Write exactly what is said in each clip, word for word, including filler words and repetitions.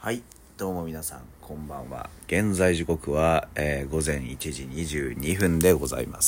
はい、どうも皆さんこんばんは。現在時刻は、えー、ごぜんいちじにじゅうにふんでございます。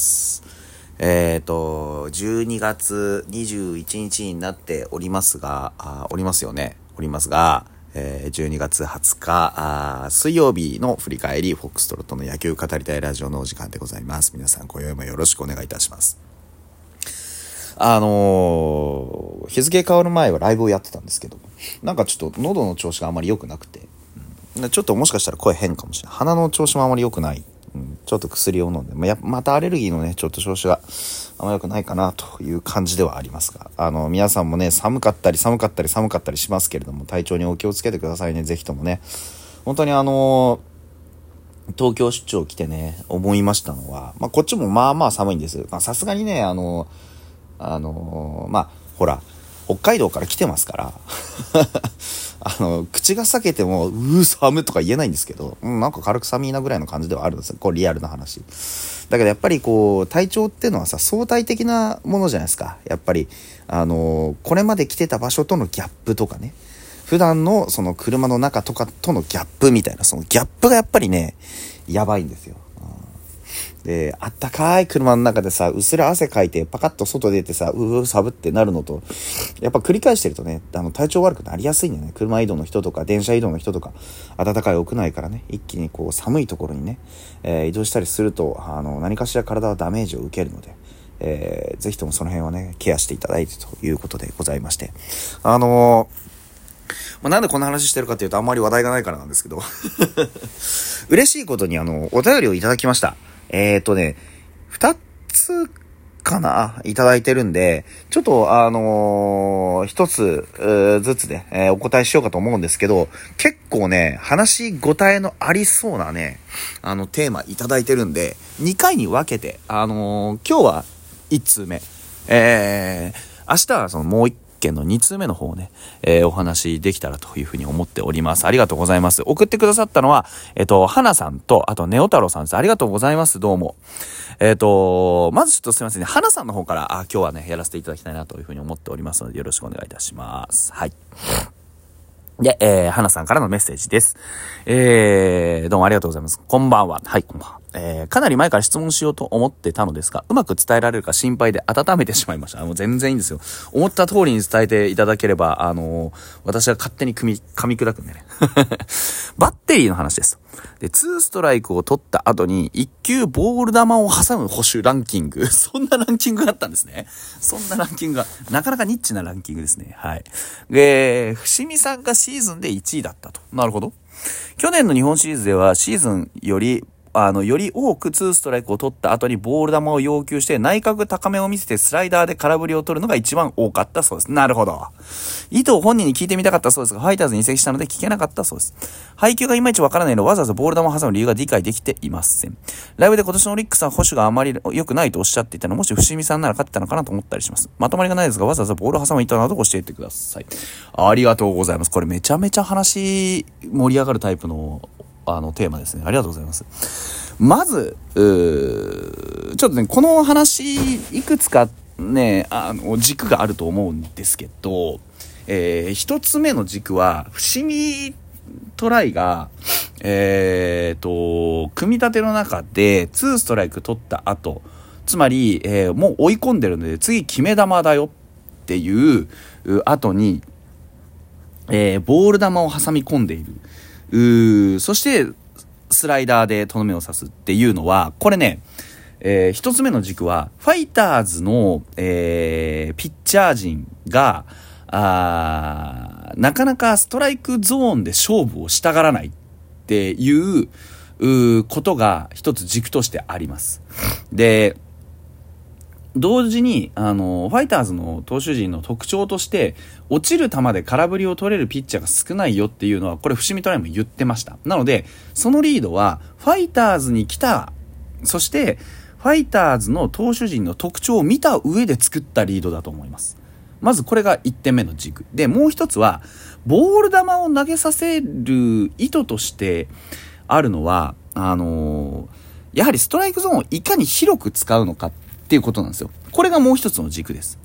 えーとじゅうにがつにじゅういちにちになっておりますがあおりますよねおりますが、えー、じゅうにがつはつかあ水曜日の振り返り、フォックストロットの野球語りたいラジオのお時間でございます。皆さん今宵もよろしくお願いいたします。あのー、日付変わる前はライブをやってたんですけど、なんかちょっと喉の調子があまり良くなくて、うん、ちょっともしかしたら声変かもしれない。鼻の調子もあまり良くない。うん、ちょっと薬を飲んで、まあ、やまたアレルギーのね、ちょっと調子があんま良くないかなという感じではありますが、あの、皆さんもね、寒かったり寒かったり寒かったりしますけれども、体調にお気をつけてくださいね。ぜひともね。本当にあのー、東京出張来てね、思いましたのは、まあ、こっちもまあまあ寒いんです。まあ、さすがにね、あのー、あのー、まあほら北海道から来てますからあの口が裂けてもうー寒とか言えないんですけど、うん、なんか軽く寒いなぐらいの感じではあるんですよ。これリアルな話だけど、やっぱりこう体調っていうのはさ、相対的なものじゃないですか。やっぱりあのー、これまで来てた場所とのギャップとかね、普段のその車の中とかとのギャップみたいな、そのギャップがやっぱりねやばいんですよ。で、あったかい車の中でさ、うっすら汗かいてパカッと外出てさ、うー寒ってなるのと、やっぱ繰り返してるとね、あの体調悪くなりやすいんだよね。車移動の人とか電車移動の人とか、暖かい屋内からね、一気にこう寒いところにね、えー、移動したりすると、あの何かしら体はダメージを受けるので、えー、ぜひともその辺はねケアしていただいてということでございまして、あのーまあ、なんでこんな話してるかっていうと、あんまり話題がないからなんですけど嬉しいことにあのお便りをいただきました。えーとね、二つかないただいてるんで、ちょっとあのー、一つずつで、えー、お答えしようかと思うんですけど、結構ね、話し応えのありそうなね、あのテーマいただいてるんで、にかいに分けて、あのー、今日はいち通目、えー、明日はそのもう一件のに通目の方をね、えー、お話できたらというふうに思っております。ありがとうございます。送ってくださったのは、えっと、花さんと、あと、ネオ太郎さんです。ありがとうございます。どうも。えっと、まずちょっとすいませんね。花さんの方から、あ、今日はね、やらせていただきたいなというふうに思っておりますので、よろしくお願いいたします。はい。で、えー、花さんからのメッセージです。えー、どうもありがとうございます。こんばんは。はい、こんばんは。えー、かなり前から質問しようと思ってたのですが、うまく伝えられるか心配で温めてしまいました。もう全然いいんですよ。思った通りに伝えていただければ、あのー、私は勝手に組み、噛み砕くんでね。バッテリーの話です。で、ツーストライクを取った後に、いっ球ボール球を挟む捕手ランキング。そんなランキングがあったんですね。そんなランキングが、なかなかニッチなランキングですね。はい。で、伏見さんがシーズンでいちいだったと。なるほど。去年の日本シリーズではシーズンよりあの、より多くツーストライクを取った後にボール球を要求して内角高めを見せてスライダーで空振りを取るのが一番多かったそうです。なるほど。意図を本人に聞いてみたかったそうですが、ファイターズに移籍したので聞けなかったそうです。配球がいまいちわからないのでわざわざボール球を挟む理由が理解できていません。ライブで今年のオリックスは保守があまり良くないとおっしゃっていたのもし伏見さんなら勝ってたのかなと思ったりします。まとまりがないですが、わざわざボールを挟む意図など教えてください。ありがとうございます。これめちゃめちゃ話盛り上がるタイプのあのテーマですね。ありがとうございます。まずうーちょっとね、この話いくつかね、あの軸があると思うんですけど、えー、一つ目の軸は伏見トライがえーと組み立ての中でツーストライク取った後、つまり、えー、もう追い込んでるので次決め球だよっていう後に、えー、ボール球を挟み込んでいる。うーそしてスライダーでとどめを刺すっていうのは、これね、えー、一つ目の軸はファイターズの、えー、ピッチャー陣があなかなかストライクゾーンで勝負をしたがらないっていう、うことが一つ軸としてあります。で、同時にあのファイターズの投手陣の特徴として落ちる球で空振りを取れるピッチャーが少ないよっていうのは、これ伏見トライも言ってました。なのでそのリードはファイターズに来た、そしてファイターズの投手陣の特徴を見た上で作ったリードだと思います。まずこれがいってんめの軸で、もう一つはボール球を投げさせる意図としてあるのは、あのー、やはりストライクゾーンをいかに広く使うのかっていうことなんですよ。これがもう一つの軸です。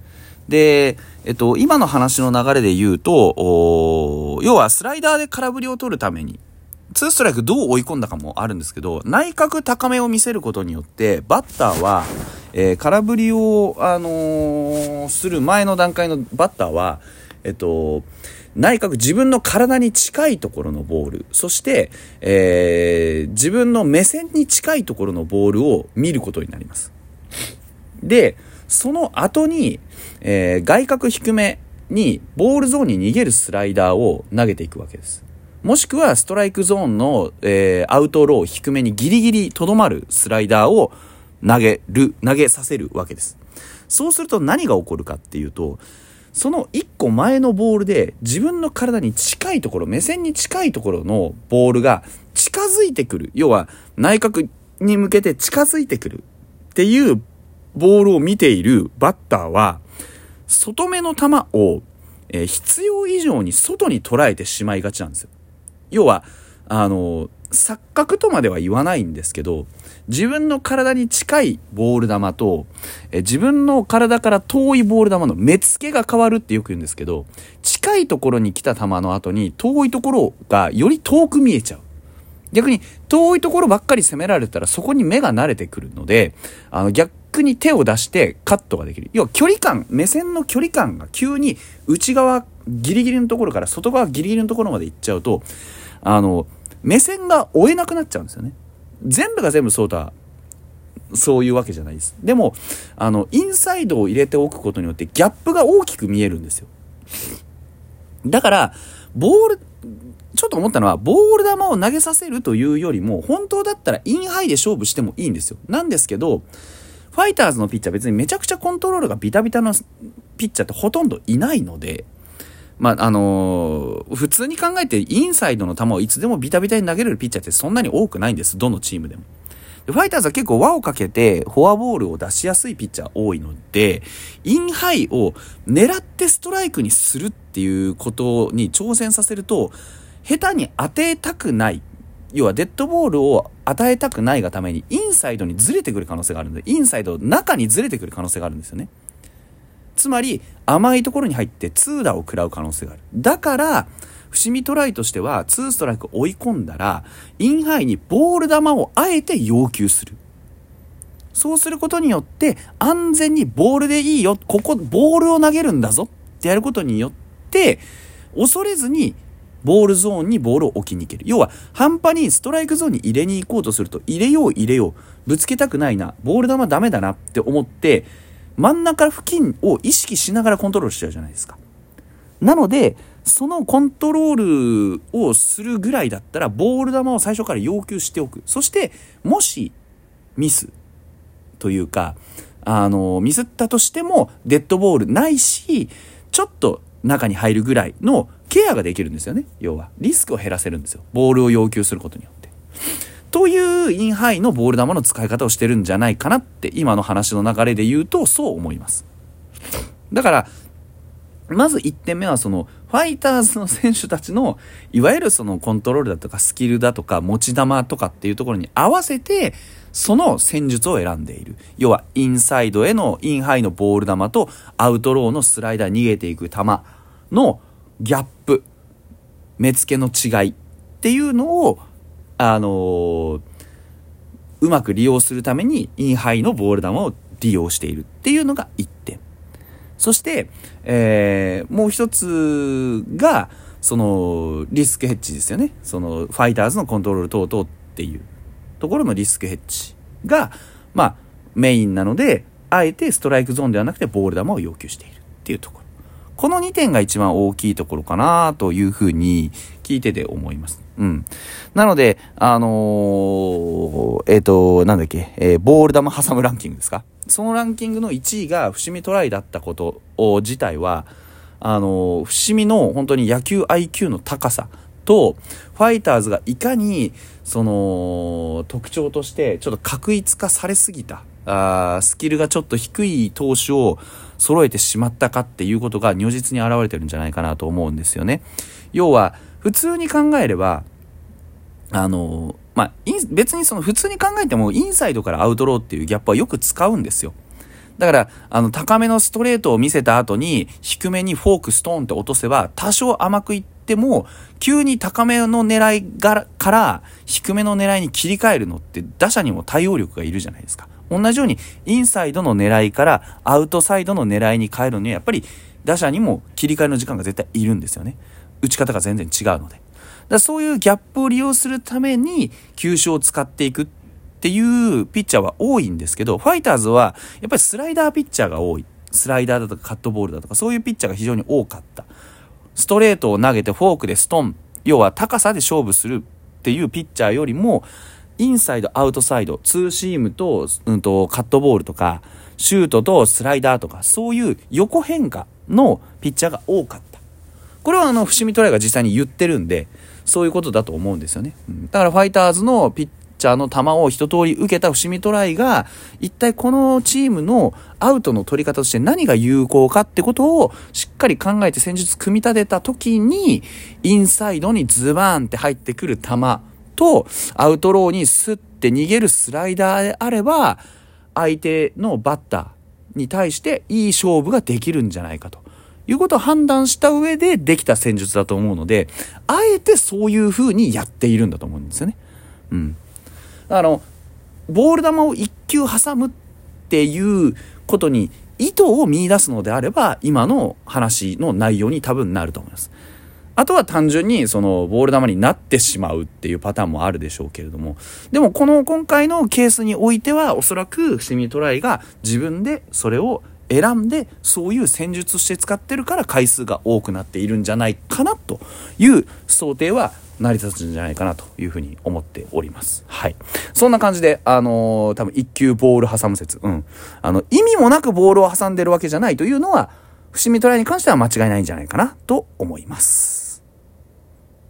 で、えっと、今の話の流れで言うと、要はスライダーで空振りを取るために、ツーストライクどう追い込んだかもあるんですけど、内角高めを見せることによって、バッターは、えー、空振りを、あのー、する前の段階のバッターは、えっと、内角自分の体に近いところのボール、そして、えー、自分の目線に近いところのボールを見ることになります。で、その後に、えー、外角低めにボールゾーンに逃げるスライダーを投げていくわけです。もしくはストライクゾーンの、えー、アウトロー低めにギリギリとどまるスライダーを投げる、投げさせるわけです。そうすると何が起こるかっていうと、その一個前のボールで自分の体に近いところ、目線に近いところのボールが近づいてくる。要は内角に向けて近づいてくるっていうボールを見ているバッターは、外目の球を、えー、必要以上に外に捉えてしまいがちなんですよ。要は、あの、錯覚とまでは言わないんですけど、自分の体に近いボール球と、えー、自分の体から遠いボール球の目付けが変わるってよく言うんですけど、近いところに来た球の後に遠いところがより遠く見えちゃう。逆に遠いところばっかり攻められたらそこに目が慣れてくるので、あの逆に手を出してカットができる。要は距離感、目線の距離感が急に内側ギリギリのところから外側ギリギリのところまで行っちゃうと、あの目線が追えなくなっちゃうんですよね。全部が全部そうとはそういうわけじゃないです。でもあのインサイドを入れておくことによってギャップが大きく見えるんですよ。だからボールちょっと思ったのは、ボール球を投げさせるというよりも、本当だったらインハイで勝負してもいいんですよ。なんですけど、ファイターズのピッチャー別にめちゃくちゃコントロールがビタビタのピッチャーってほとんどいないので、まあ、あのー、普通に考えてインサイドの球をいつでもビタビタに投げれるピッチャーってそんなに多くないんです。どのチームでも。でファイターズは結構輪をかけてフォアボールを出しやすいピッチャー多いので、インハイを狙ってストライクにするっていうことに挑戦させると、下手に当てたくない、要はデッドボールを与えたくないがためにインサイドにずれてくる可能性があるので、インサイド中にずれてくる可能性があるんですよね。つまり甘いところに入って痛打を食らう可能性がある。だから伏見トライとしてはツーストライク追い込んだらインハイにボール球をあえて要求する。そうすることによって安全にボールでいいよ、ここボールを投げるんだぞってやることによって恐れずにボールゾーンにボールを置きに行ける。要は半端にストライクゾーンに入れに行こうとすると、入れよう入れよう、ぶつけたくないな、ボール球ダメだなって思って真ん中付近を意識しながらコントロールしちゃうじゃないですか。なのでそのコントロールをするぐらいだったらボール球を最初から要求しておく。そしてもしミスというかあのミスったとしてもデッドボールないし、ちょっと中に入るぐらいのケアができるんですよね。要はリスクを減らせるんですよ、ボールを要求することによって。というインハイのボール球の使い方をしてるんじゃないかなって、今の話の流れで言うとそう思います。だからまずいってんめはそのファイターズの選手たちのいわゆるそのコントロールだとかスキルだとか持ち球とかっていうところに合わせてその戦術を選んでいる。要はインサイドへのインハイのボール球とアウトローのスライダー逃げていく球のギャップ、目付けの違いっていうのをあのー、うまく利用するためにインハイのボール球を利用しているっていうのがいってん。そして、えー、もう一つがそのリスクヘッジですよね。そのファイターズのコントロール等々っていうところのリスクヘッジがまあメインなので、あえてストライクゾーンではなくてボール球を要求しているっていうところ。このにてんが一番大きいところかなというふうに聞いてて思います。うん。なので、あのー、えっと、なんだっけ、えー、ボール球挟むランキングですか？そのランキングのいちいが伏見トライだったことを自体は、あのー、伏見の本当に野球 アイキュー の高さと、ファイターズがいかに、その、特徴としてちょっと確一化されすぎた、あスキルがちょっと低い投手を揃えてしまったかっていうことが如実に現れてるんじゃないかなと思うんですよね。要は普通に考えればあのまあ別にその普通に考えてもインサイドからアウトローっていうギャップはよく使うんですよ。 だから、あの、高めのストレートを見せた後に、低めにフォークストーンって落とせば、多少甘くいっても、急に高めの狙いがから、低めの狙いに切り替えるのって、打者にも対応力がいるじゃないですか。同じように、インサイドの狙いから、アウトサイドの狙いに変えるのには、やっぱり、打者にも切り替えの時間が絶対いるんですよね。打ち方が全然違うので。だからそういうギャップを利用するために、球種を使っていくっていうピッチャーは多いんですけど、ファイターズはやっぱりスライダーピッチャーが多い。スライダーだとかカットボールだとかそういうピッチャーが非常に多かった。ストレートを投げてフォークでストン、要は高さで勝負するっていうピッチャーよりも、インサイドアウトサイド、ツーシームと、うん、とカットボールとかシュートとスライダーとかそういう横変化のピッチャーが多かった。これはあの伏見トライが実際に言ってるんで、そういうことだと思うんですよね。うん、だからファイターズのピッピッチャーの球を一通り受けた伏見トライが一体このチームのアウトの取り方として何が有効かってことをしっかり考えて戦術組み立てた時に、インサイドにズバーンって入ってくる球とアウトローにスッて逃げるスライダーであれば、相手のバッターに対していい勝負ができるんじゃないかということを判断した上でできた戦術だと思うので、あえてそういう風にやっているんだと思うんですよね。うん。あのボール球を一球挟むっていうことに意図を見出すのであれば、今の話の内容に多分なると思います。あとは単純にそのボール球になってしまうっていうパターンもあるでしょうけれども、でもこの今回のケースにおいてはおそらく伏見トライが自分でそれを選んでそういう戦術として使ってるから回数が多くなっているんじゃないかなという想定は成り立つんじゃないかなというふうに思っております。はい。そんな感じで、あのー、多分一球ボール挟む説。うん。あの、意味もなくボールを挟んでるわけじゃないというのは、伏見トライに関しては間違いないんじゃないかなと思います。